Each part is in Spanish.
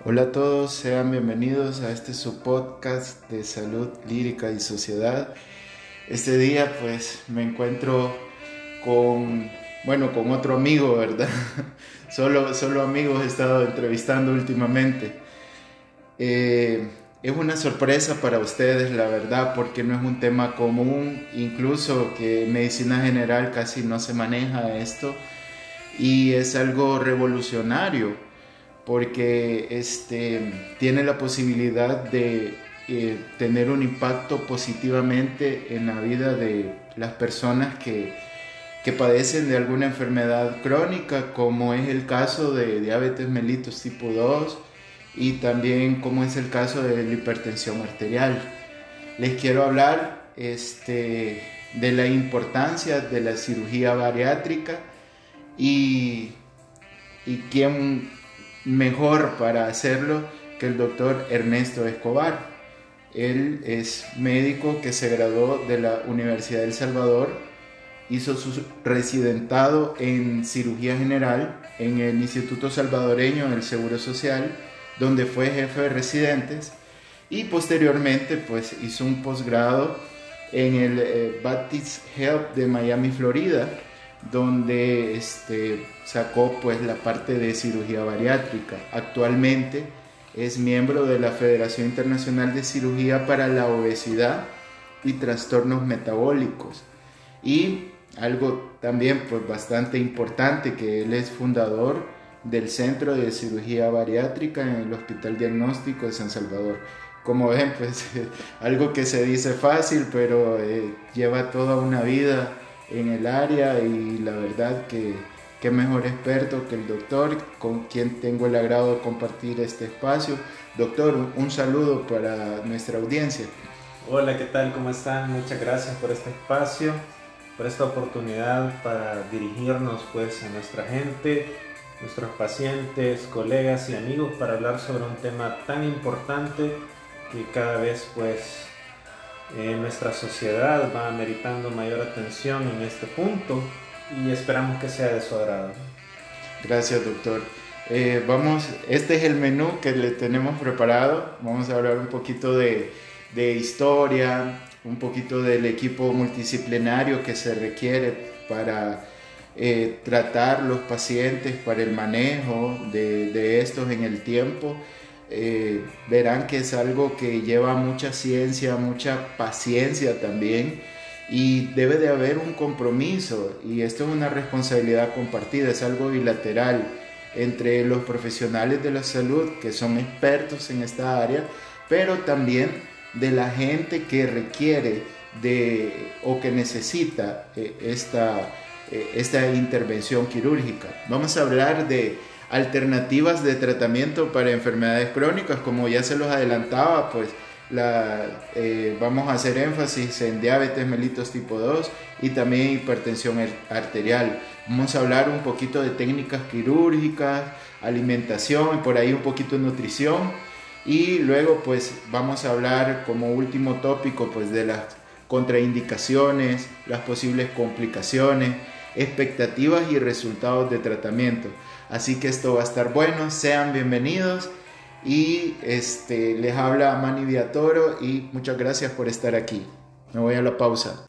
Hola a todos, sean bienvenidos a este su podcast de salud lírica y sociedad. Este día pues me encuentro con otro amigo, ¿verdad? Solo amigos he estado entrevistando últimamente. Es una sorpresa para ustedes, la verdad, porque no es un tema común, incluso que en medicina general casi no se maneja esto, y es algo revolucionario porque tiene la posibilidad de tener un impacto positivamente en la vida de las personas que padecen de alguna enfermedad crónica, como es el caso de diabetes mellitus tipo 2 y también como es el caso de la hipertensión arterial. Les quiero hablar de la importancia de la cirugía bariátrica y quién mejor para hacerlo que el doctor Ernesto Escobar. Él es médico que se graduó de la Universidad del Salvador, hizo su residentado en cirugía general en el Instituto Salvadoreño del Seguro Social, donde fue jefe de residentes, y posteriormente pues hizo un posgrado en el Baptist Health de Miami, Florida, donde sacó pues la parte de cirugía bariátrica. Actualmente es miembro de la Federación Internacional de Cirugía para la Obesidad y Trastornos Metabólicos. Y algo también pues bastante importante, que él es fundador del Centro de Cirugía Bariátrica en el Hospital Diagnóstico de San Salvador. Como ven, pues algo que se dice fácil, pero lleva toda una vida en el área, y la verdad que qué mejor experto que el doctor, con quien tengo el agrado de compartir este espacio. Doctor, un saludo para nuestra audiencia. Hola, ¿qué tal? ¿Cómo están? Muchas gracias por este espacio, por esta oportunidad para dirigirnos pues a nuestra gente, nuestros pacientes, colegas y amigos, para hablar sobre un tema tan importante que cada vez pues nuestra sociedad va meritando mayor atención en este punto, y esperamos que sea de su agrado. Gracias, doctor. Este es el menú que le tenemos preparado. Vamos a hablar un poquito de historia, un poquito del equipo multidisciplinario que se requiere para tratar los pacientes, para el manejo de estos en el tiempo. Verán que es algo que lleva mucha ciencia, mucha paciencia también, y debe de haber un compromiso, y esto es una responsabilidad compartida, es algo bilateral entre los profesionales de la salud que son expertos en esta área, pero también de la gente que requiere o que necesita esta intervención quirúrgica. Vamos a hablar de alternativas de tratamiento para enfermedades crónicas, como ya se los adelantaba, pues vamos a hacer énfasis en diabetes mellitus tipo 2 y también hipertensión arterial. Vamos a hablar un poquito de técnicas quirúrgicas, alimentación y por ahí un poquito de nutrición, y luego pues vamos a hablar como último tópico pues de las contraindicaciones, las posibles complicaciones, expectativas y resultados de tratamiento. Así que esto va a estar bueno, sean bienvenidos, y les habla Manny Villatoro, y muchas gracias por estar aquí. Me voy a la pausa.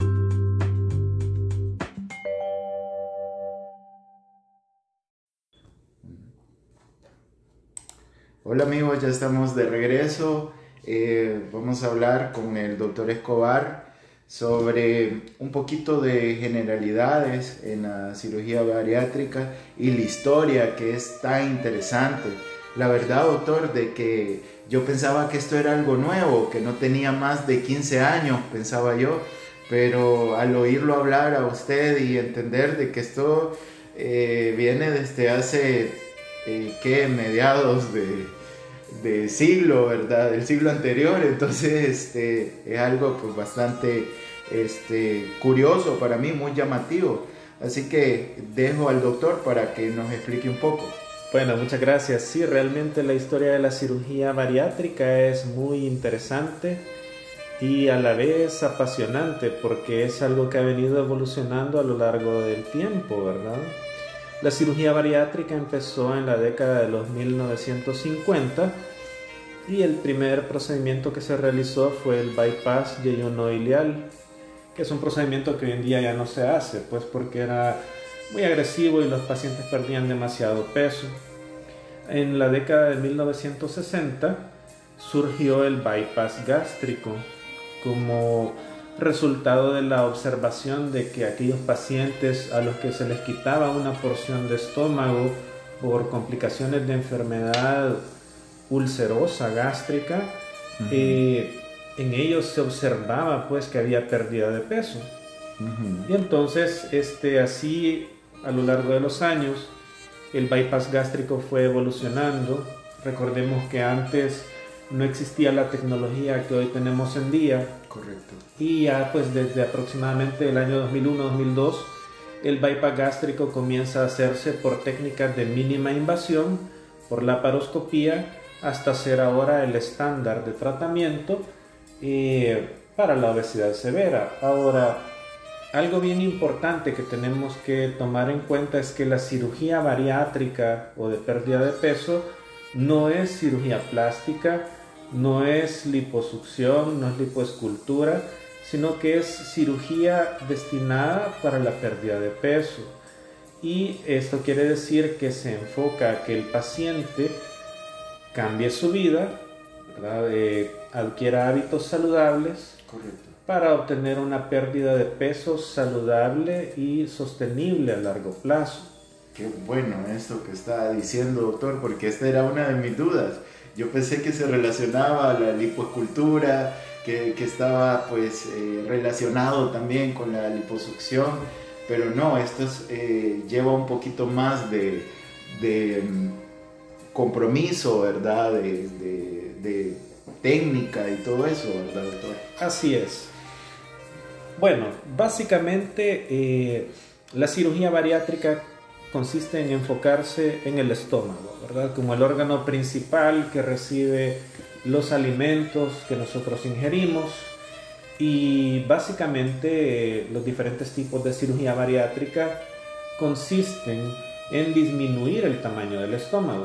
Hola amigos, ya estamos de regreso. Vamos a hablar con el doctor Escobar sobre un poquito de generalidades en la cirugía bariátrica y la historia, que es tan interesante. La verdad, doctor, de que yo pensaba que esto era algo nuevo, que no tenía más de 15 años, pensaba yo, pero al oírlo hablar a usted y entender de que esto viene desde hace, mediados de siglo, ¿verdad? Del siglo anterior, entonces es algo pues bastante curioso para mí, muy llamativo. Así que dejo al doctor para que nos explique un poco. Bueno, muchas gracias. Sí, realmente la historia de la cirugía bariátrica es muy interesante y a la vez apasionante, porque es algo que ha venido evolucionando a lo largo del tiempo, ¿verdad? La cirugía bariátrica empezó en la década de los 1950 Y el primer procedimiento que se realizó fue el bypass yeyunoileal, que es un procedimiento que hoy en día ya no se hace, pues porque era muy agresivo y los pacientes perdían demasiado peso. En la década de 1960 surgió el bypass gástrico como resultado de la observación de que aquellos pacientes a los que se les quitaba una porción de estómago por complicaciones de enfermedad ulcerosa gástrica, en ellos se observaba pues que había pérdida de peso. Y entonces así a lo largo de los años el bypass gástrico fue evolucionando. Recordemos que antes no existía la tecnología que hoy tenemos en día. Correcto. Y ya pues desde aproximadamente el año 2001-2002 el bypass gástrico comienza a hacerse por técnicas de mínima invasión, por laparoscopía, hasta ser ahora el estándar de tratamiento para la obesidad severa. Ahora, algo bien importante que tenemos que tomar en cuenta es que la cirugía bariátrica o de pérdida de peso no es cirugía plástica, no es liposucción, no es lipoescultura, sino que es cirugía destinada para la pérdida de peso. Y esto quiere decir que se enfoca a que el paciente cambie su vida, ¿verdad? Adquiera hábitos saludables. Correcto. Para obtener una pérdida de peso saludable y sostenible a largo plazo. Qué bueno esto que está diciendo, doctor, porque esta era una de mis dudas. Yo pensé que se relacionaba a la lipoescultura, que estaba pues relacionado también con la liposucción, pero no, esto lleva un poquito más de compromiso, ¿verdad? De técnica y todo eso, ¿verdad, doctor? Así es. Bueno, básicamente la cirugía bariátrica consiste en enfocarse en el estómago, ¿verdad? Como el órgano principal que recibe los alimentos que nosotros ingerimos. Y básicamente los diferentes tipos de cirugía bariátrica consisten en disminuir el tamaño del estómago.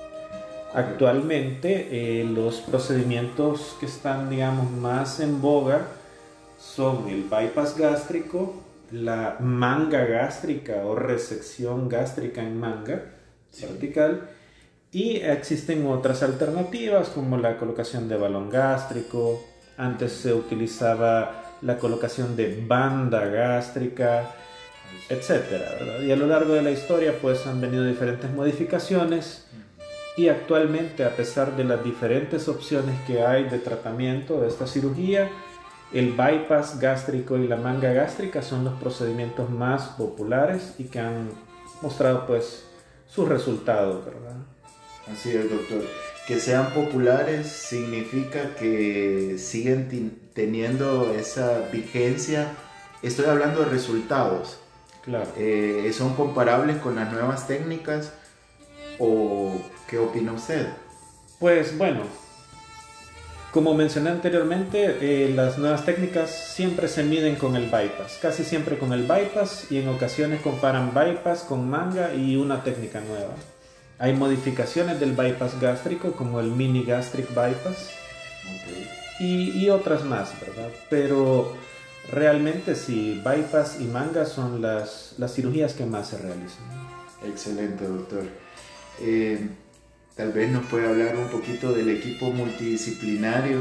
Actualmente los procedimientos que están, digamos, más en boga son el bypass gástrico, la manga gástrica o resección gástrica en manga vertical, y existen otras alternativas como la colocación de balón gástrico. Antes se utilizaba la colocación de banda gástrica, etcétera, ¿verdad? Y a lo largo de la historia pues han venido diferentes modificaciones. Y actualmente, a pesar de las diferentes opciones que hay de tratamiento de esta cirugía, el bypass gástrico y la manga gástrica son los procedimientos más populares y que han mostrado pues sus resultados, ¿verdad? Así es, doctor. Que sean populares significa que siguen teniendo esa vigencia. Estoy hablando de resultados. Claro. ¿Son comparables con las nuevas técnicas o qué opina usted? Pues bueno, como mencioné anteriormente, las nuevas técnicas siempre se miden con el bypass, casi siempre con el bypass, y en ocasiones comparan bypass con manga y una técnica nueva. Hay modificaciones del bypass gástrico como el mini gastric bypass, y otras más, ¿verdad? Pero realmente sí, bypass y manga son las cirugías que más se realizan. Excelente, doctor. Tal vez nos puede hablar un poquito del equipo multidisciplinario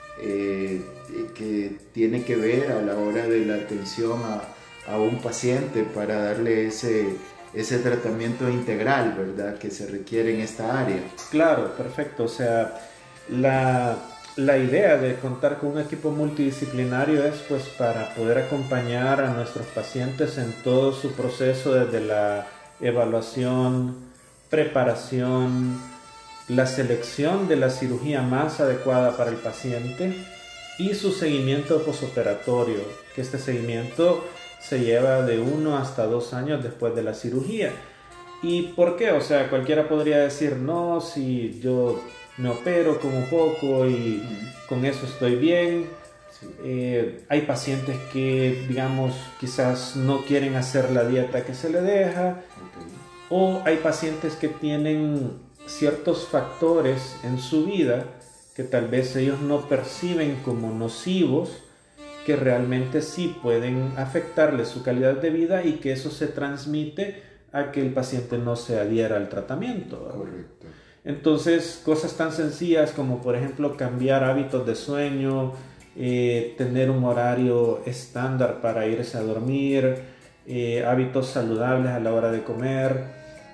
que tiene que ver a la hora de la atención a un paciente para darle ese tratamiento integral, ¿verdad?, que se requiere en esta área. Claro, perfecto. O sea, la idea de contar con un equipo multidisciplinario es pues para poder acompañar a nuestros pacientes en todo su proceso, desde la evaluación, preparación, la selección de la cirugía más adecuada para el paciente y su seguimiento posoperatorio, que este seguimiento se lleva de 1 hasta 2 años después de la cirugía. ¿Y por qué? O sea, cualquiera podría decir, no, si yo me opero como poco y con eso estoy bien. Hay pacientes que, digamos, quizás no quieren hacer la dieta que se le deja, o hay pacientes que tienen ciertos factores en su vida que tal vez ellos no perciben como nocivos, que realmente sí pueden afectarle su calidad de vida y que eso se transmite a que el paciente no se adhiera al tratamiento. Correcto. Entonces, cosas tan sencillas como, por ejemplo, cambiar hábitos de sueño, tener un horario estándar para irse a dormir, hábitos saludables a la hora de comer,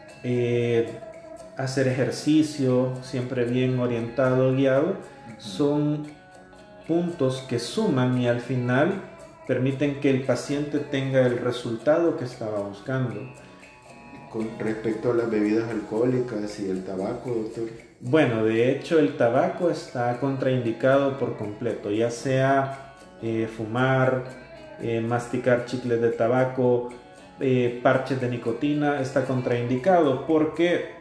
hacer ejercicio, siempre bien orientado, guiado, son puntos que suman y al final permiten que el paciente tenga el resultado que estaba buscando. Con respecto a las bebidas alcohólicas y el tabaco, doctor. Bueno, de hecho el tabaco está contraindicado por completo, ya sea fumar, masticar chicles de tabaco, parches de nicotina, está contraindicado porque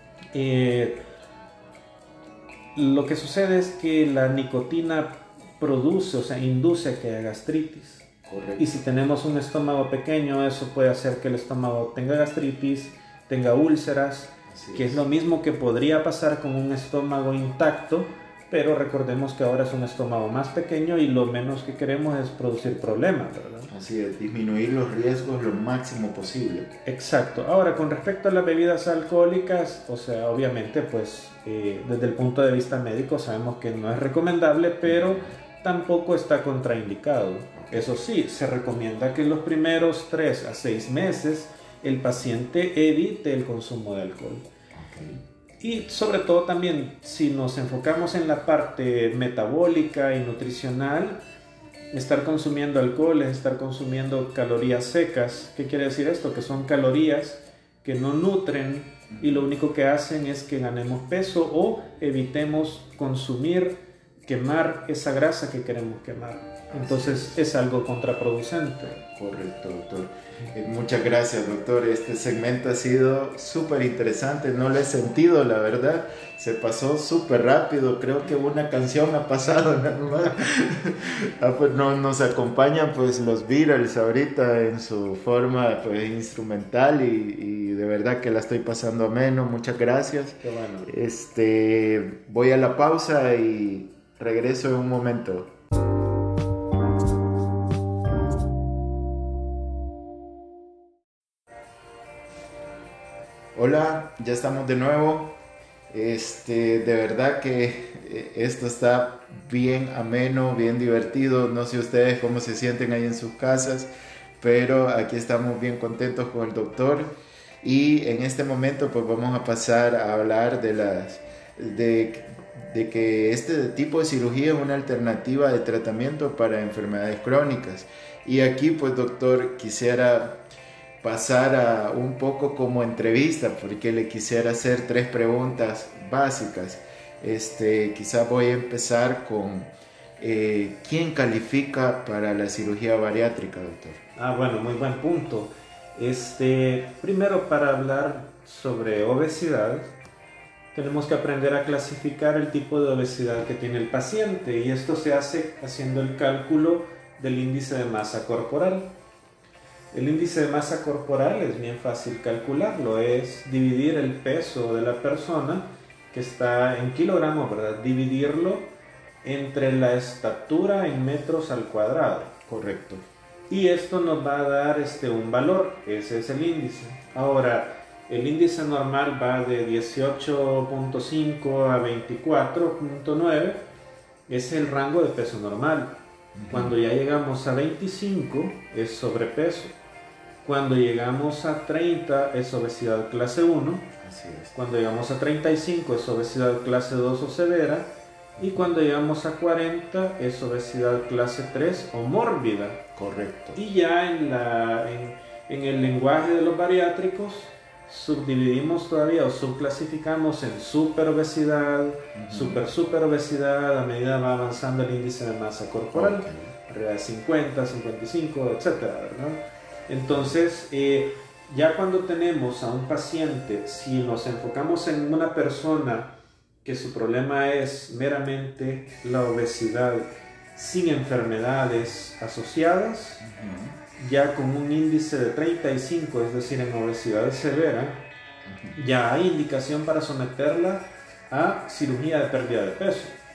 lo que sucede es que la nicotina produce, o sea, induce a que haya gastritis. Correcto. Y si tenemos un estómago pequeño, eso puede hacer que el estómago tenga gastritis, tenga úlceras, que es lo mismo que podría pasar con un estómago intacto, pero recordemos que ahora es un estómago más pequeño y lo menos que queremos es producir problemas, ¿verdad? Así es, disminuir los riesgos lo máximo posible. Exacto. Ahora, con respecto a las bebidas alcohólicas, o sea, obviamente, pues, desde el punto de vista médico sabemos que no es recomendable, pero tampoco está contraindicado. Eso sí, se recomienda que en los primeros 3 a 6 meses el paciente evite el consumo de alcohol. Y sobre todo también, si nos enfocamos en la parte metabólica y nutricional, estar consumiendo alcohol es estar consumiendo calorías secas. ¿Qué quiere decir esto? Que son calorías que no nutren y lo único que hacen es que ganemos peso o evitemos consumir, quemar esa grasa que queremos quemar. Entonces es algo contraproducente. Correcto, doctor. Muchas gracias, doctor. Este segmento ha sido súper interesante. No lo he sentido, la verdad. Se pasó súper rápido. Creo que una canción ha pasado nada más. Pues nos acompañan pues los Beatles ahorita en su forma pues instrumental y de verdad que la estoy pasando ameno. Muchas gracias. Qué bueno. Voy a la pausa y regreso en un momento. Hola, ya estamos de nuevo. De verdad que esto está bien ameno, bien divertido. No sé ustedes cómo se sienten ahí en sus casas, pero aquí estamos bien contentos con el doctor. Y en este momento pues vamos a pasar a hablar de que este tipo de cirugía es una alternativa de tratamiento para enfermedades crónicas. Y aquí pues doctor quisiera pasar a un poco como entrevista porque le quisiera hacer 3 preguntas básicas. Quizás voy a empezar con ¿quién califica para la cirugía bariátrica, doctor? Bueno, muy buen punto. Primero, para hablar sobre obesidad, tenemos que aprender a clasificar el tipo de obesidad que tiene el paciente y esto se hace haciendo el cálculo del índice de masa corporal. El índice de masa corporal es bien fácil calcularlo, es dividir el peso de la persona que está en kilogramos, ¿verdad? Dividirlo entre la estatura en metros al cuadrado. Correcto. Y esto nos va a dar un valor, ese es el índice. Ahora, el índice normal va de 18.5 a 24.9, es el rango de peso normal. Cuando ya llegamos a 25 es sobrepeso. Cuando llegamos a 30 es obesidad clase 1. Así es. Cuando llegamos a 35 es obesidad clase 2 o severa. Y cuando llegamos a 40 es obesidad clase 3 o mórbida. Correcto. Y ya en el lenguaje de los bariátricos subdividimos todavía o subclasificamos en superobesidad, superobesidad a medida va avanzando el índice de masa corporal, arriba de 50, 55, etcétera, ¿verdad? Entonces, ya cuando tenemos a un paciente, si nos enfocamos en una persona que su problema es meramente la obesidad sin enfermedades asociadas, ya con un índice de 35, es decir, en obesidad severa, ya hay indicación para someterla a cirugía de pérdida de peso.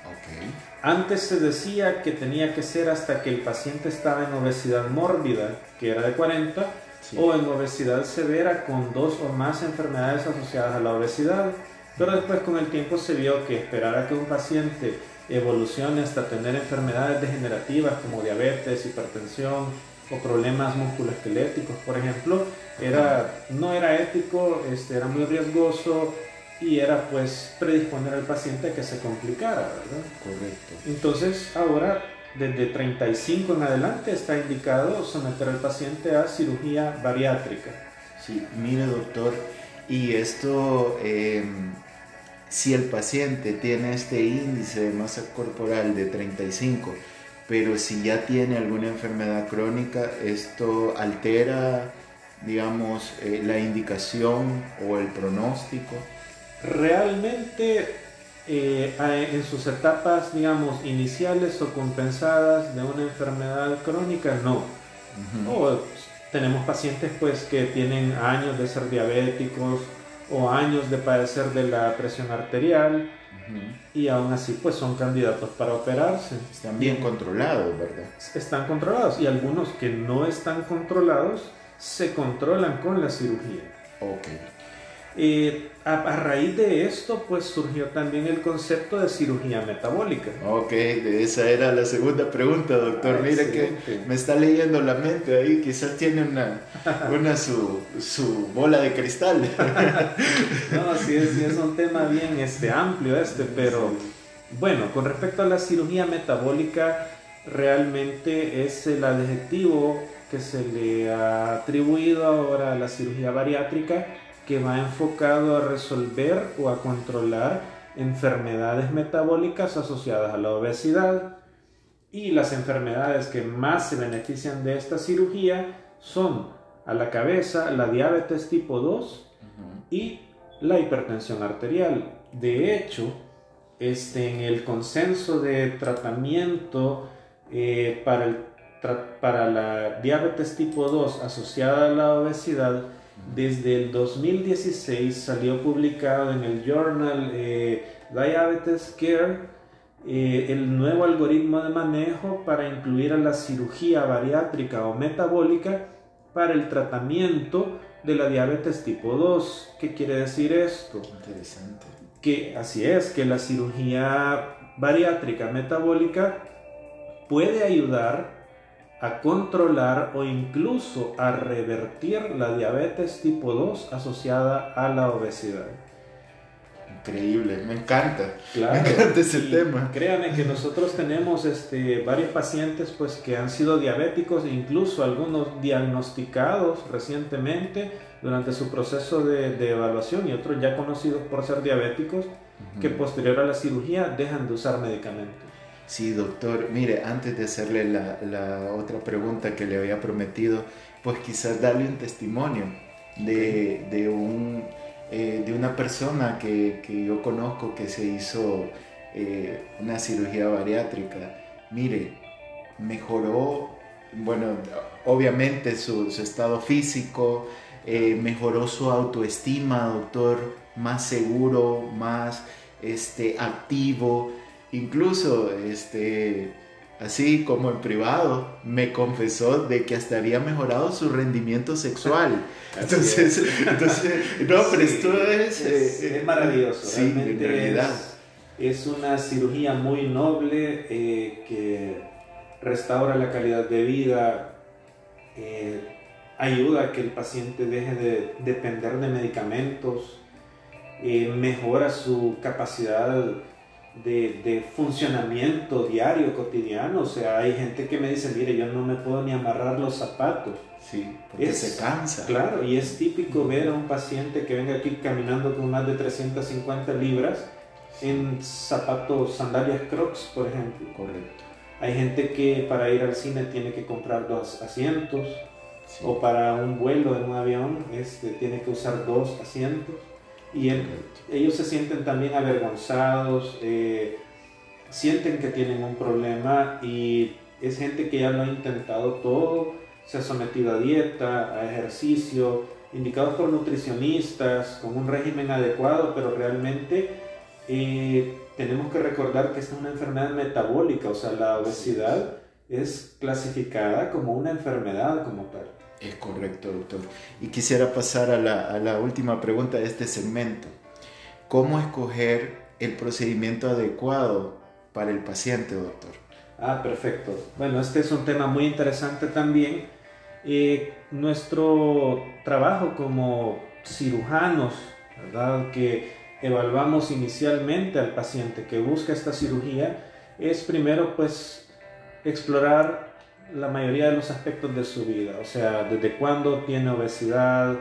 Ok. Antes se decía que tenía que ser hasta que el paciente estaba en obesidad mórbida, que era de 40, sí, o en obesidad severa con 2 o más enfermedades asociadas a la obesidad. Pero después con el tiempo se vio que esperar a que un paciente evolucione hasta tener enfermedades degenerativas como diabetes, hipertensión o problemas musculoesqueléticos, por ejemplo, no era ético, era muy riesgoso y era pues predisponer al paciente a que se complicara, ¿verdad? Correcto. Entonces ahora desde 35 en adelante está indicado someter al paciente a cirugía bariátrica. Sí, mire doctor, y esto, si el paciente tiene este índice de masa corporal de 35, pero si ya tiene alguna enfermedad crónica, ¿esto altera, digamos, la indicación o el pronóstico? Realmente en sus etapas, digamos, iniciales o compensadas de una enfermedad crónica, no. O tenemos pacientes pues que tienen años de ser diabéticos o años de padecer de la presión arterial y aún así pues son candidatos para operarse. Están bien controlados, ¿verdad? Están controlados, y algunos que no están controlados se controlan con la cirugía. Ok. A raíz de esto pues surgió también el concepto de cirugía metabólica. Ok, esa era la segunda pregunta, doctor. Mire que me está leyendo la mente ahí, quizás tiene su bola de cristal. No, sí es un tema bien amplio pero sí. Bueno, con respecto a la cirugía metabólica, realmente es el adjetivo que se le ha atribuido ahora a la cirugía bariátrica, que va enfocado a resolver o a controlar enfermedades metabólicas asociadas a la obesidad. Y las enfermedades que más se benefician de esta cirugía son a la cabeza la diabetes tipo 2 y la hipertensión arterial. De hecho, en el consenso de tratamiento para la diabetes tipo 2 asociada a la obesidad, desde el 2016 salió publicado en el journal Diabetes Care el nuevo algoritmo de manejo para incluir a la cirugía bariátrica o metabólica para el tratamiento de la diabetes tipo 2. ¿Qué quiere decir esto? Interesante. Que así es, que la cirugía bariátrica metabólica puede ayudar a controlar o incluso a revertir la diabetes tipo 2 asociada a la obesidad. Increíble, me encanta. Claro, me encanta ese tema. Créanme que nosotros tenemos varios pacientes pues, que han sido diabéticos, incluso algunos diagnosticados recientemente durante su proceso de evaluación, y otros ya conocidos por ser diabéticos, que posterior a la cirugía dejan de usar medicamentos. Sí, doctor. Mire, antes de hacerle la otra pregunta que le había prometido, pues quizás darle un testimonio de una persona que yo conozco que se hizo una cirugía bariátrica. Mire, mejoró, bueno, obviamente su estado físico, mejoró su autoestima, doctor, más seguro, más activo. Incluso, así como en privado, me confesó de que hasta había mejorado su rendimiento sexual. Entonces, no, pero esto es maravilloso. Sí, en realidad. Es una cirugía muy noble que restaura la calidad de vida, ayuda a que el paciente deje de depender de medicamentos, mejora su capacidad de funcionamiento diario, cotidiano. O sea, hay gente que me dice, mire, yo no me puedo ni amarrar los zapatos. Sí, porque se cansa. Claro, y es típico ver a un paciente que venga aquí caminando con más de 350 libras en zapatos, sandalias Crocs, por ejemplo. Correcto. Hay gente que para ir al cine tiene que comprar 2 asientos, o para un vuelo en un avión tiene que usar 2 asientos. Y ellos se sienten también avergonzados, sienten que tienen un problema, y es gente que ya lo ha intentado todo, se ha sometido a dieta, a ejercicio, indicados por nutricionistas, con un régimen adecuado, pero realmente tenemos que recordar que esta es una enfermedad metabólica, o sea, la obesidad es clasificada como una enfermedad como tal. Es correcto, doctor. Y quisiera pasar a la última pregunta de este segmento. ¿Cómo escoger el procedimiento adecuado para el paciente, doctor? Perfecto. Bueno, este es un tema muy interesante también. Nuestro trabajo como cirujanos, ¿verdad?, que evaluamos inicialmente al paciente que busca esta cirugía, es primero pues explorar la mayoría de los aspectos de su vida, o sea, desde cuándo tiene obesidad,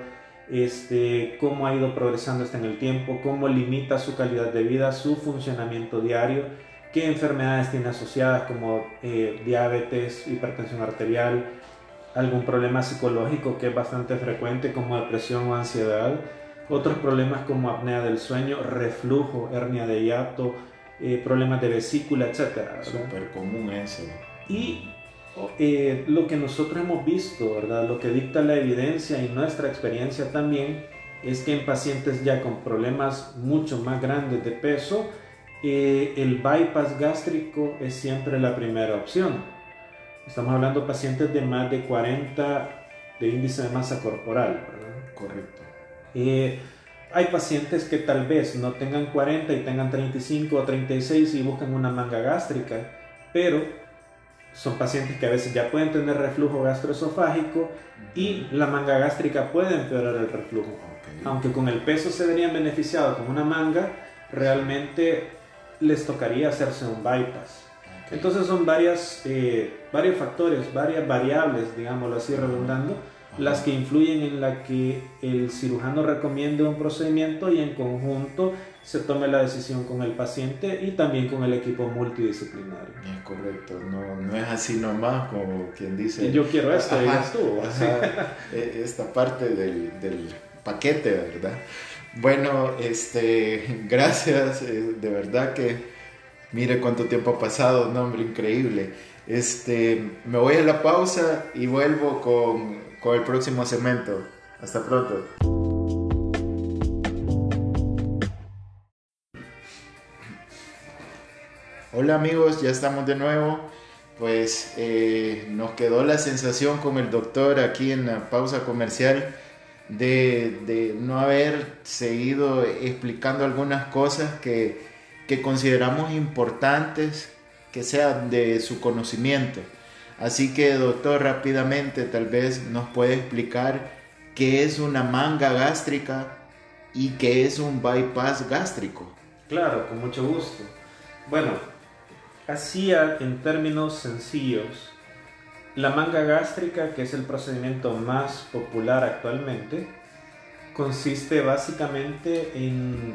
cómo ha ido progresando en el tiempo, cómo limita su calidad de vida, su funcionamiento diario, qué enfermedades tiene asociadas como diabetes, hipertensión arterial, algún problema psicológico que es bastante frecuente como depresión o ansiedad, otros problemas como apnea del sueño, reflujo, hernia de hiato, problemas de vesícula, etc. Súper común eso. Y lo que nosotros hemos visto, ¿verdad?, lo que dicta la evidencia y nuestra experiencia también, es que en pacientes ya con problemas mucho más grandes de peso, el bypass gástrico es siempre la primera opción. Estamos hablando de pacientes de más de 40 de índice de masa corporal, ¿verdad? Correcto. Hay pacientes que tal vez no tengan 40 y tengan 35 o 36 y buscan una manga gástrica, pero son pacientes que a veces ya pueden tener reflujo gastroesofágico y la manga gástrica puede empeorar el reflujo. Aunque con el peso se verían beneficiados con una manga, realmente les tocaría hacerse un bypass. Entonces son varios factores, varias variables, digámoslo así, redundando, las que influyen en la que el cirujano recomiende un procedimiento y en conjunto se tome la decisión con el paciente y también con el equipo multidisciplinario. Es correcto, no es así nomás como quien dice... Yo quiero esto, digas tú. Esta parte del paquete, ¿verdad? Bueno, gracias, de verdad que mire cuánto tiempo ha pasado, un hombre increíble. Me voy a la pausa y vuelvo con el próximo segmento. Hasta pronto. Hola amigos, ya estamos de nuevo. Pues nos quedó la sensación con el doctor aquí en la pausa comercial de no haber seguido explicando algunas cosas que consideramos importantes que sean de su conocimiento. Así que doctor, rápidamente tal vez nos puede explicar qué es una manga gástrica y qué es un bypass gástrico. Claro, con mucho gusto. Bueno, así en términos sencillos, la manga gástrica, que es el procedimiento más popular actualmente, consiste básicamente en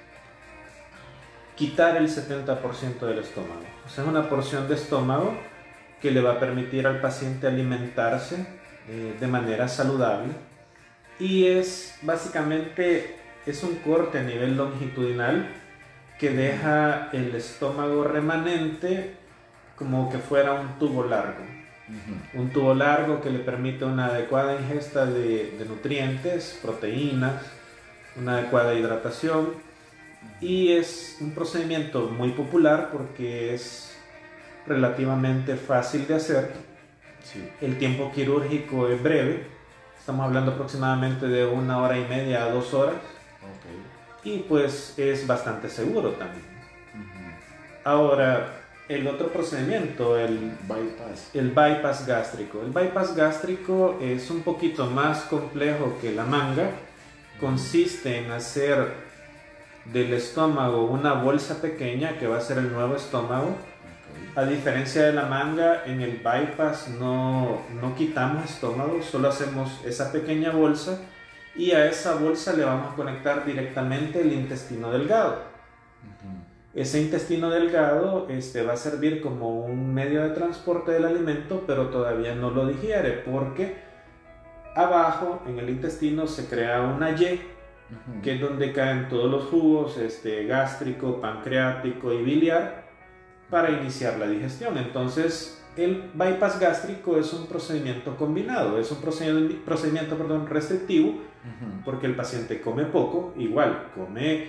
quitar el 70% del estómago. O sea, es una porción de estómago que le va a permitir al paciente alimentarse de manera saludable, y es básicamente un corte a nivel longitudinal que deja el estómago remanente como que fuera un tubo largo. Un tubo largo que le permite una adecuada ingesta de nutrientes, proteínas, una adecuada hidratación, y es un procedimiento muy popular porque es relativamente fácil de hacer. Sí. El tiempo quirúrgico es breve, estamos hablando aproximadamente de 1 hora y media a 2 horas. Y pues es bastante seguro también. Ahora, el otro procedimiento, el bypass gástrico. El bypass gástrico es un poquito más complejo que la manga. Consiste en hacer del estómago una bolsa pequeña que va a ser el nuevo estómago. A diferencia de la manga, en el bypass no quitamos estómago, solo hacemos esa pequeña bolsa, y a esa bolsa le vamos a conectar directamente el intestino delgado. Ese intestino delgado va a servir como un medio de transporte del alimento, pero todavía no lo digiere, porque abajo en el intestino se crea una Y, que es donde caen todos los jugos gástrico, pancreático y biliar para iniciar la digestión. Entonces el bypass gástrico es un procedimiento combinado, es un procedimiento restrictivo, porque el paciente come poco, igual come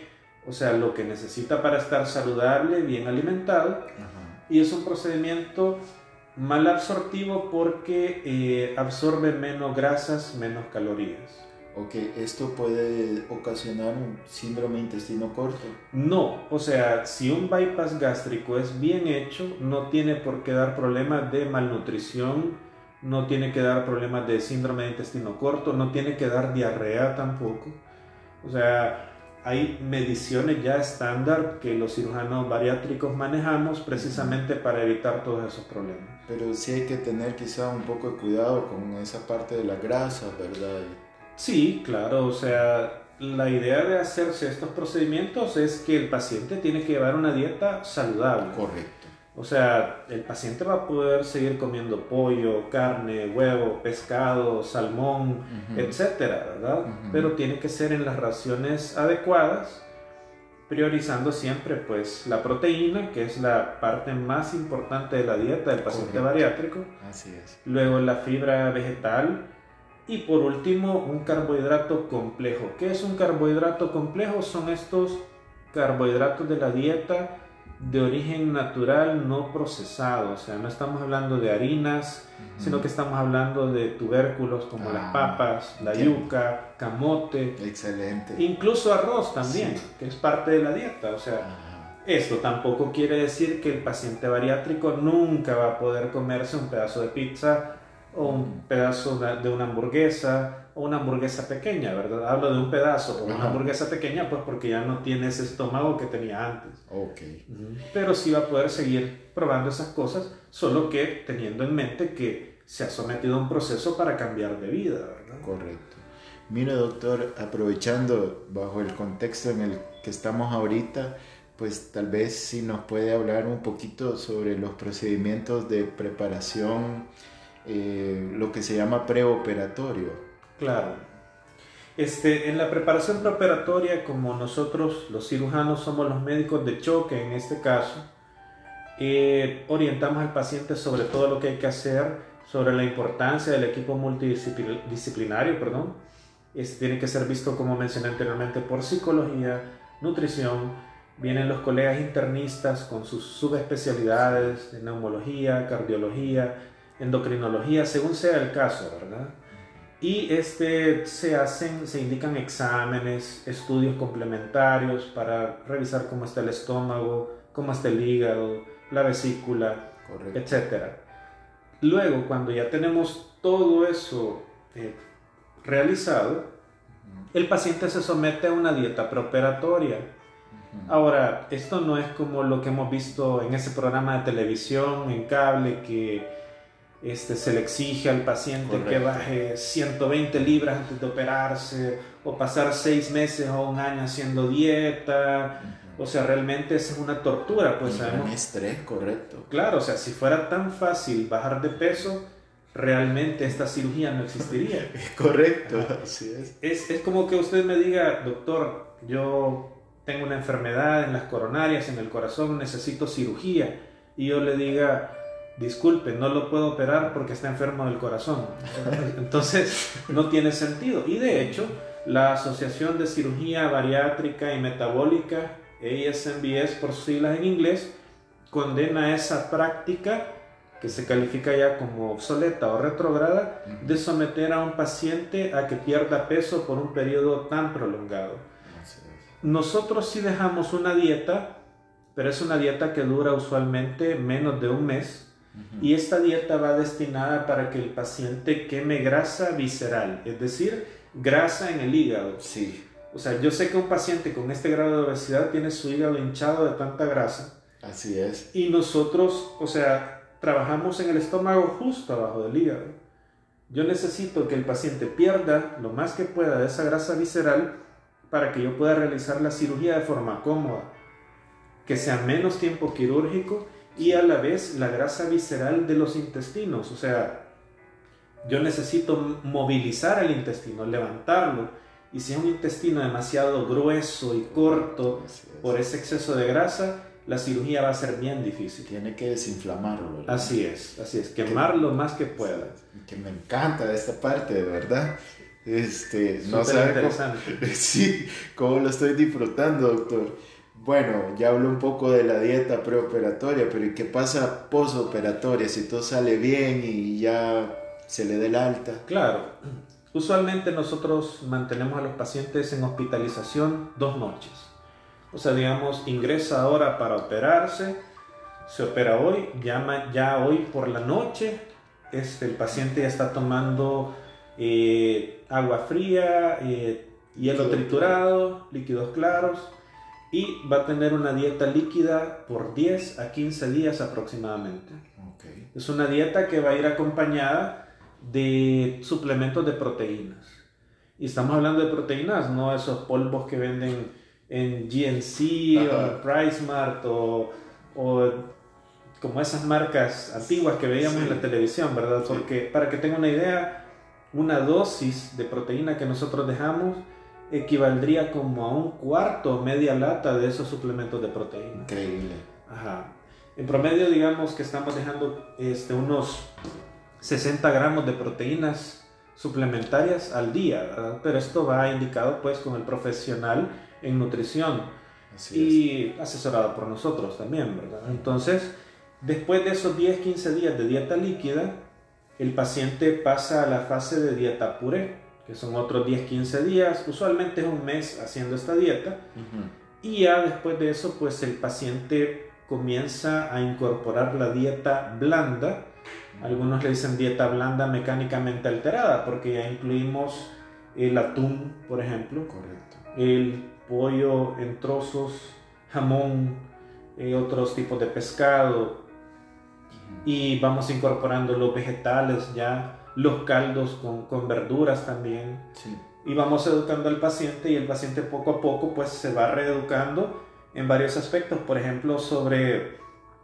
o sea, lo que necesita para estar saludable, bien alimentado. Ajá. Y es un procedimiento mal absortivo porque absorbe menos grasas, menos calorías. Ok, ¿esto puede ocasionar un síndrome de intestino corto? No, o sea, si un bypass gástrico es bien hecho, no tiene por qué dar problemas de malnutrición, no tiene que dar problemas de síndrome de intestino corto, no tiene que dar diarrea tampoco. O sea, hay mediciones ya estándar que los cirujanos bariátricos manejamos precisamente para evitar todos esos problemas. Pero sí hay que tener quizá un poco de cuidado con esa parte de la grasa, ¿verdad? Sí, claro, o sea, la idea de hacerse estos procedimientos es que el paciente tiene que llevar una dieta saludable. Correcto. O sea, el paciente va a poder seguir comiendo pollo, carne, huevo, pescado, salmón, etcétera, ¿verdad? Pero tiene que ser en las raciones adecuadas, priorizando siempre pues la proteína, que es la parte más importante de la dieta del paciente bariátrico. Así es. Luego la fibra vegetal y por último un carbohidrato complejo. ¿Qué es un carbohidrato complejo? Son estos carbohidratos de la dieta de origen natural no procesado, o sea, no estamos hablando de harinas, sino que estamos hablando de tubérculos como las papas, la yuca, camote, excelente, incluso arroz también, que es parte de la dieta. O sea, esto tampoco quiere decir que el paciente bariátrico nunca va a poder comerse un pedazo de pizza o un pedazo de una hamburguesa o una hamburguesa pequeña, ¿verdad? Hablo de un pedazo o una hamburguesa pequeña pues porque ya no tiene ese estómago que tenía antes. Pero sí va a poder seguir probando esas cosas, solo que teniendo en mente que se ha sometido a un proceso para cambiar de vida, ¿verdad? Correcto. Mire, doctor, aprovechando bajo el contexto en el que estamos ahorita, pues tal vez si nos puede hablar un poquito sobre los procedimientos de preparación, lo que se llama preoperatorio. Claro. En la preparación preoperatoria, como nosotros los cirujanos somos los médicos de choque en este caso, orientamos al paciente sobre todo lo que hay que hacer, sobre la importancia del equipo multidisciplinario, tiene que ser visto, como mencioné anteriormente, por psicología, nutrición. Vienen los colegas internistas con sus subespecialidades de neumología, cardiología, endocrinología, según sea el caso, ¿verdad? Y se indican exámenes, estudios complementarios para revisar cómo está el estómago, cómo está el hígado, la vesícula, etc. Luego, cuando ya tenemos todo eso realizado, el paciente se somete a una dieta preoperatoria. Ahora, esto no es como lo que hemos visto en ese programa de televisión, en cable, que se le exige al paciente que baje 120 libras antes de operarse, o pasar 6 meses o un año haciendo dieta. O sea, realmente esa es una tortura, pues sabemos. Un estrés, correcto. Claro, o sea, si fuera tan fácil bajar de peso, realmente esta cirugía no existiría. Correcto, así es. Es como que usted me diga, doctor, yo tengo una enfermedad en las coronarias, en el corazón, necesito cirugía, y yo le diga, disculpe, no lo puedo operar porque está enfermo del corazón. Entonces no tiene sentido. Y de hecho, la Asociación de Cirugía Bariátrica y Metabólica, ASMBS por sus siglas en inglés, condena esa práctica que se califica ya como obsoleta o retrógrada de someter a un paciente a que pierda peso por un periodo tan prolongado. Nosotros sí dejamos una dieta, pero es una dieta que dura usualmente menos de un mes. Y esta dieta va destinada para que el paciente queme grasa visceral, es decir, grasa en el hígado. Sí. O sea, yo sé que un paciente con este grado de obesidad tiene su hígado hinchado de tanta grasa. Así es. Y nosotros, o sea, trabajamos en el estómago justo abajo del hígado. Yo necesito que el paciente pierda lo más que pueda de esa grasa visceral para que yo pueda realizar la cirugía de forma cómoda, que sea menos tiempo quirúrgico y a la vez la grasa visceral de los intestinos. O sea, yo necesito movilizar el intestino, levantarlo, y si es un intestino demasiado grueso y corto por ese exceso de grasa, la cirugía va a ser bien difícil. Tiene que desinflamarlo, ¿verdad? Así es, quemar lo más que pueda. Que me encanta esta parte, de verdad. No sabe sí, cómo lo estoy disfrutando, doctor. Bueno, ya habló un poco de la dieta preoperatoria, pero ¿y qué pasa posoperatoria? Si todo sale bien y ya se le dé el alta. Claro, usualmente nosotros mantenemos a los pacientes en hospitalización 2 noches. O sea, digamos, ingresa ahora para operarse, se opera hoy, ya hoy por la noche, el paciente ya está tomando agua fría, hielo triturado, líquidos claros, y va a tener una dieta líquida por 10 a 15 días aproximadamente. Okay. Es una dieta que va a ir acompañada de suplementos de proteínas. Y estamos hablando de proteínas, no esos polvos que venden en GNC o PriceMart o como esas marcas antiguas que veíamos en la televisión, ¿verdad? Porque para que tengan una idea, una dosis de proteína que nosotros dejamos equivaldría como a un cuarto o media lata de esos suplementos de proteína. Increíble. Ajá. En promedio, digamos que estamos dejando unos 60 gramos de proteínas suplementarias al día, ¿verdad? Pero esto va indicado pues con el profesional en nutrición. Así es. Asesorado por nosotros también, ¿verdad? Entonces, después de esos 10-15 días de dieta líquida, el paciente pasa a la fase de dieta puré, que son otros 10-15 días, usualmente es un mes haciendo esta dieta, y ya después de eso, pues el paciente comienza a incorporar la dieta blanda. Algunos le dicen dieta blanda mecánicamente alterada, porque ya incluimos el atún, por ejemplo. Correcto. El pollo en trozos, jamón, otros tipos de pescado, y vamos incorporando los vegetales ya, los caldos con verduras también, y vamos educando al paciente, y el paciente poco a poco pues se va reeducando en varios aspectos, por ejemplo sobre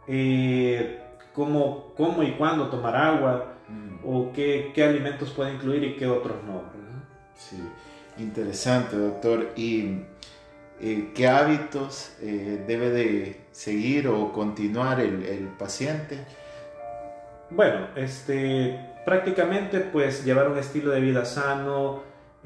cómo y cuándo tomar agua, o qué alimentos puede incluir y qué otros no, ¿verdad? Sí, interesante, doctor. ¿Y qué hábitos debe de seguir o continuar el paciente? Bueno, prácticamente pues llevar un estilo de vida sano,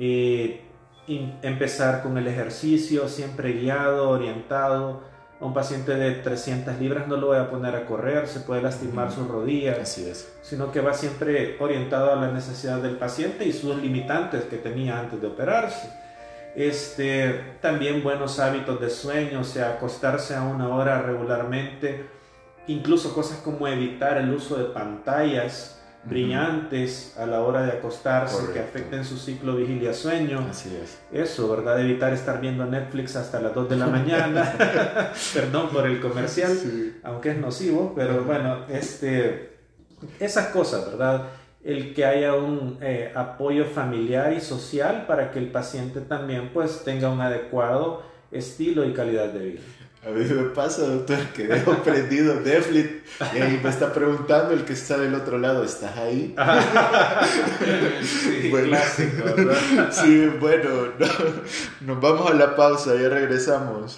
empezar con el ejercicio, siempre guiado, orientado. A un paciente de 300 libras no lo voy a poner a correr, se puede lastimar sus rodillas. Así es. Sino que va siempre orientado a la necesidad del paciente y sus limitantes que tenía antes de operarse. También buenos hábitos de sueño, o sea, acostarse a una hora regularmente, incluso cosas como evitar el uso de pantallas brillantes a la hora de acostarse. Correcto. Que afecten su ciclo vigilia-sueño. Así es. Eso, ¿verdad? Evitar estar viendo Netflix hasta las 2 de la mañana. Perdón por el comercial, aunque es nocivo, pero bueno, esas cosas, ¿verdad? El que haya un apoyo familiar y social para que el paciente también pues tenga un adecuado estilo y calidad de vida. A mí me pasa, doctor, que dejo prendido Netflix y ahí me está preguntando el que está del otro lado, ¿estás ahí? Sí, bueno, clásico, ¿verdad? Sí, bueno, nos vamos a la pausa, ya regresamos.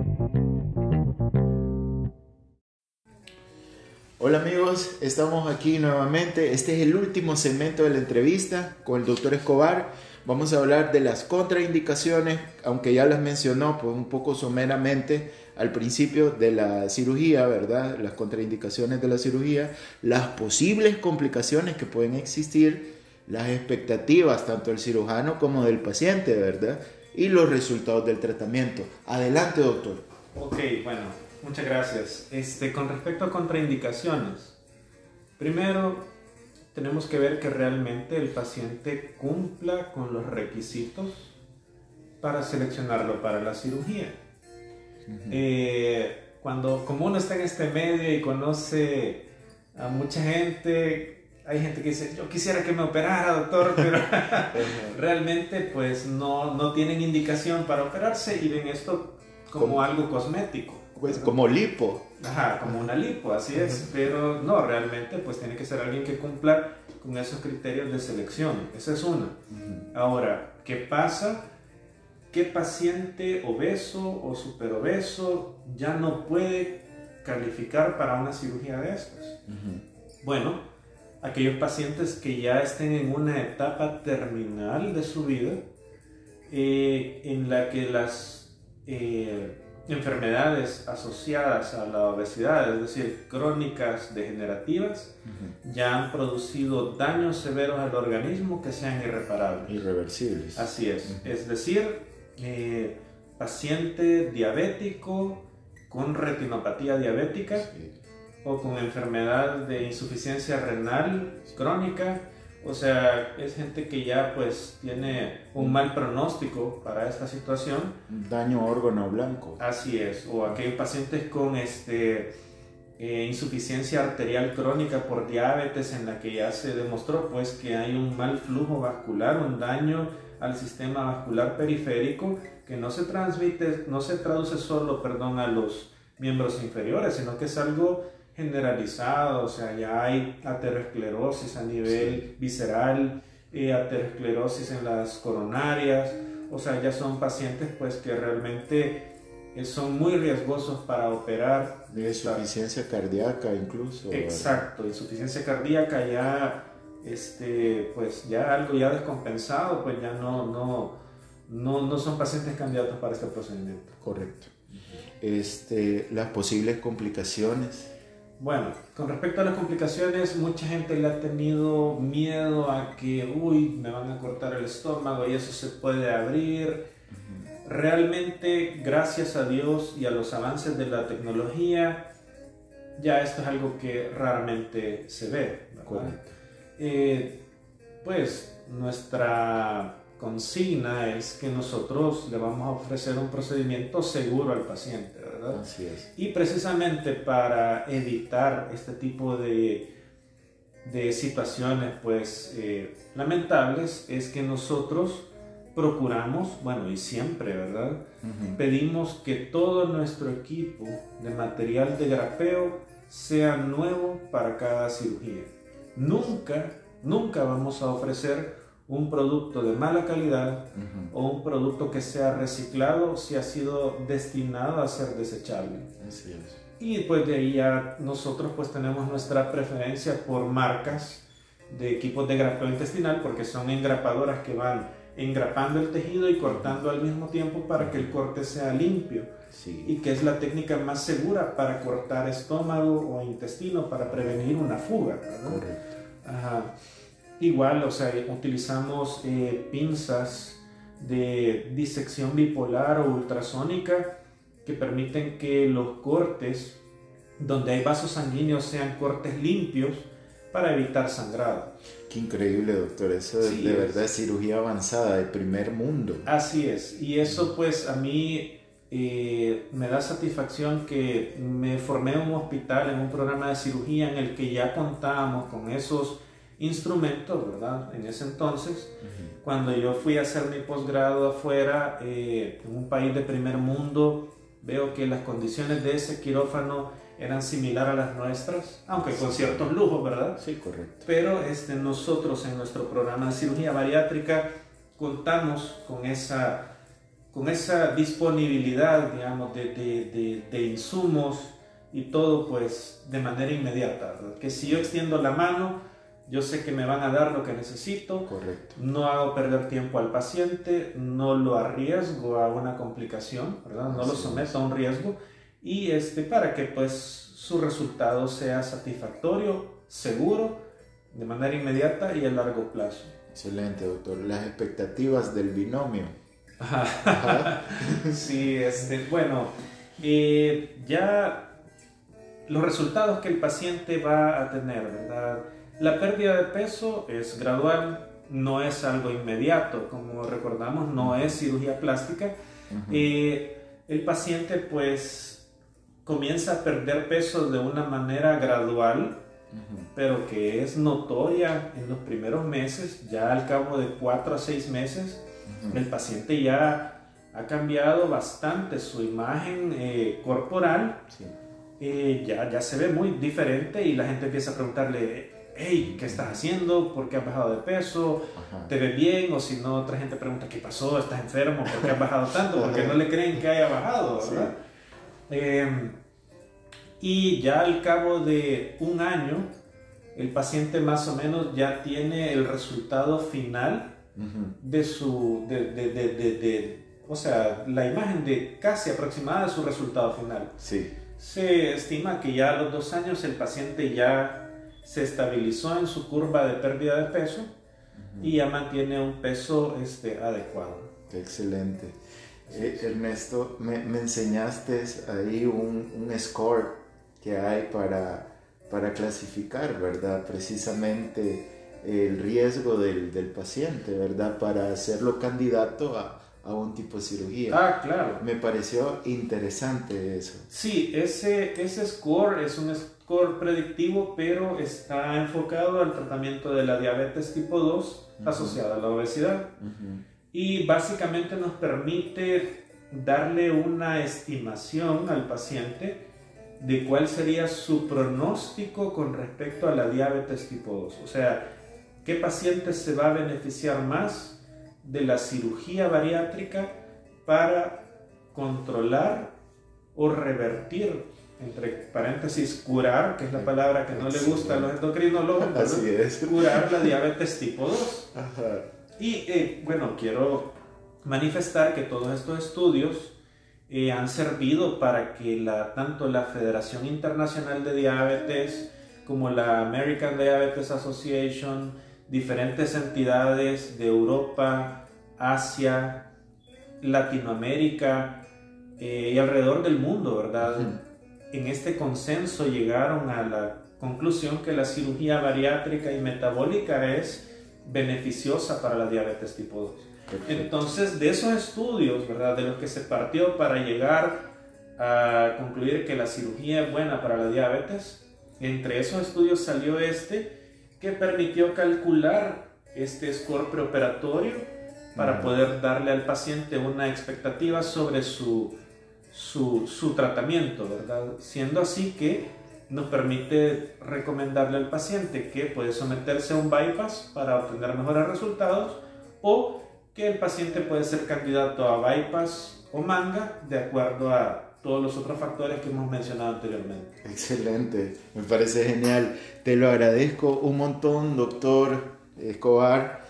Hola amigos, estamos aquí nuevamente. Este es el último segmento de la entrevista con el doctor Escobar. Vamos a hablar de las contraindicaciones, aunque ya las mencionó pues un poco someramente al principio de la cirugía, ¿verdad? Las contraindicaciones de la cirugía, las posibles complicaciones que pueden existir, las expectativas tanto del cirujano como del paciente, ¿verdad? Y los resultados del tratamiento. Adelante, doctor. Ok, bueno, muchas gracias. Con respecto a contraindicaciones, primero tenemos que ver que realmente el paciente cumpla con los requisitos para seleccionarlo para la cirugía. Como uno está en este medio y conoce a mucha gente, hay gente que dice, yo quisiera que me operara, doctor, pero realmente pues no tienen indicación para operarse y ven esto como algo cosmético. Pues como lipo. Ajá, como una lipo, así es, pero no, realmente pues tiene que ser alguien que cumpla con esos criterios de selección, esa es una. Ahora, ¿qué pasa? ¿Qué paciente obeso o superobeso ya no puede calificar para una cirugía de estas? Bueno, aquellos pacientes que ya estén en una etapa terminal de su vida, en la que las enfermedades asociadas a la obesidad, es decir, crónicas degenerativas, ya han producido daños severos al organismo que sean irreparables. Irreversibles. Así es. Es decir, paciente diabético con retinopatía diabética, sí, o con enfermedad de insuficiencia renal crónica. O sea, es gente que ya pues tiene un mal pronóstico para esta situación. Daño órgano blanco. Así es. O aquellos pacientes con insuficiencia arterial crónica por diabetes, en la que ya se demostró pues que hay un mal flujo vascular, un daño al sistema vascular periférico que no se traduce solo, a los miembros inferiores, sino que es algo generalizado. O sea, ya hay aterosclerosis a nivel visceral, aterosclerosis en las coronarias. O sea, ya son pacientes pues que realmente son muy riesgosos para operar. De insuficiencia cardíaca incluso. Exacto, insuficiencia cardíaca ya, pues ya algo ya descompensado, pues ya no son pacientes candidatos para este procedimiento. Correcto. Las posibles complicaciones. Bueno, con respecto a las complicaciones, mucha gente le ha tenido miedo a que, me van a cortar el estómago y eso se puede abrir. Realmente, gracias a Dios y a los avances de la tecnología, ya esto es algo que raramente se ve, ¿verdad? Pues nuestra consigna es que nosotros le vamos a ofrecer un procedimiento seguro al paciente, ¿verdad? Así es. Y precisamente para evitar este tipo de situaciones pues lamentables, es que nosotros procuramos, y siempre, ¿verdad? Pedimos que todo nuestro equipo de material de grapeo sea nuevo para cada cirugía. Nunca vamos a ofrecer un producto de mala calidad o un producto que sea reciclado si ha sido destinado a ser desechable. Así es. Y pues de ahí ya nosotros pues tenemos nuestra preferencia por marcas de equipos de grapeo intestinal, porque son engrapadoras que van engrapando el tejido y cortando al mismo tiempo para que el corte sea limpio. Sí. Y que es la técnica más segura para cortar estómago o intestino, para prevenir una fuga, ¿verdad? Correcto. Ajá. Igual, o sea, utilizamos pinzas de disección bipolar o ultrasónica que permiten que los cortes donde hay vasos sanguíneos sean cortes limpios para evitar sangrado. Qué increíble, doctor. Eso sí, de verdad es cirugía avanzada de primer mundo. Así es. Y eso pues a mí me da satisfacción que me formé en un hospital, en un programa de cirugía en el que ya contábamos con esos instrumentos, ¿verdad? En ese entonces, cuando yo fui a hacer mi posgrado afuera, en un país de primer mundo, veo que las condiciones de ese quirófano eran similares a las nuestras, aunque con ciertos lujos, ¿verdad? Sí, correcto. Pero nosotros en nuestro programa de cirugía bariátrica contamos con esa disponibilidad, digamos, de insumos y todo pues de manera inmediata, ¿verdad? Que si yo extiendo la mano, yo sé que me van a dar lo que necesito. Correcto. No hago perder tiempo al paciente, no lo arriesgo a una complicación, ¿verdad? No lo someto a un riesgo, y para que pues su resultado sea satisfactorio, seguro, de manera inmediata y a largo plazo. Excelente, doctor. Las expectativas del binomio. Ajá. Sí, bueno, ya los resultados que el paciente va a tener, ¿verdad? La pérdida de peso es gradual, no es algo inmediato, como recordamos, no es cirugía plástica. El paciente pues comienza a perder peso de una manera gradual, pero que es notoria en los primeros meses. Ya al cabo de 4 a 6 meses, el paciente ya ha cambiado bastante su imagen corporal. Sí. Ya se ve muy diferente y la gente empieza a preguntarle: hey, ¿qué estás haciendo? ¿Por qué has bajado de peso? ¿Te ves bien? O si no, otra gente pregunta: ¿qué pasó? ¿Estás enfermo? ¿Por qué has bajado tanto? Porque no le creen que haya bajado, ¿verdad? Sí. Y ya al cabo de un año, el paciente más o menos ya tiene el resultado final de su, o sea, la imagen de casi aproximada de su resultado final. Sí. Se estima que ya a los 2 años el paciente ya se estabilizó en su curva de pérdida de peso y ya mantiene un peso adecuado. Excelente. Ernesto, me enseñaste ahí un score que hay para clasificar, ¿verdad? Precisamente el riesgo del paciente, ¿verdad? Para hacerlo candidato a un tipo de cirugía. Ah, claro. Me pareció interesante eso. Sí, ese score es un score predictivo, pero está enfocado al tratamiento de la diabetes tipo 2 asociada a la obesidad. Y básicamente nos permite darle una estimación al paciente de cuál sería su pronóstico con respecto a la diabetes tipo 2. O sea, qué paciente se va a beneficiar más de la cirugía bariátrica para controlar o revertir, entre paréntesis, curar, que es la palabra que no le gusta a los endocrinólogos, así es, curar la diabetes tipo 2. Ajá. Y bueno, quiero manifestar que todos estos estudios han servido para que tanto la Federación Internacional de Diabetes como la American Diabetes Association, diferentes entidades de Europa, Asia, Latinoamérica y alrededor del mundo, ¿verdad? En este consenso llegaron a la conclusión que la cirugía bariátrica y metabólica es beneficiosa para la diabetes tipo 2. Perfecto. Entonces, de esos estudios, ¿verdad?, de los que se partió para llegar a concluir que la cirugía es buena para la diabetes, entre esos estudios salió que permitió calcular este score preoperatorio para poder darle al paciente una expectativa sobre su tratamiento, ¿verdad? Siendo así que nos permite recomendarle al paciente que puede someterse a un bypass para obtener mejores resultados, o que el paciente puede ser candidato a bypass o manga de acuerdo a todos los otros factores que hemos mencionado anteriormente. Excelente, me parece genial. Te lo agradezco un montón, doctor Escobar.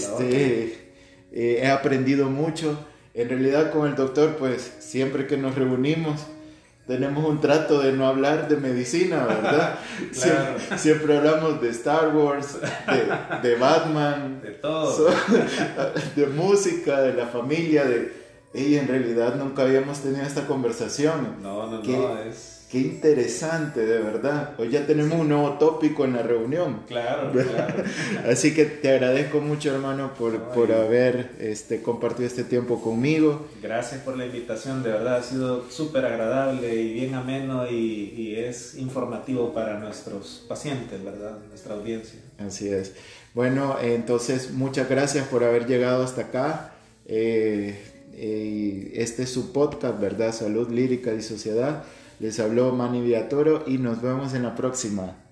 He aprendido mucho. En realidad con el doctor, pues siempre que nos reunimos tenemos un trato de no hablar de medicina, ¿verdad? Claro. Siempre hablamos de Star Wars, de Batman, de todo, de música, de la familia, y en realidad nunca habíamos tenido esta conversación. No, Qué interesante, de verdad. Hoy ya tenemos un nuevo tópico en la reunión. Claro. Así que te agradezco mucho, hermano, por haber compartido este tiempo conmigo. Gracias por la invitación, de verdad ha sido súper agradable y bien ameno y es informativo para nuestros pacientes, ¿verdad? Nuestra audiencia. Así es. Bueno, entonces muchas gracias por haber llegado hasta acá. Este es su podcast, ¿verdad? Salud Lírica y Sociedad. Les habló Manny Villatoro y nos vemos en la próxima.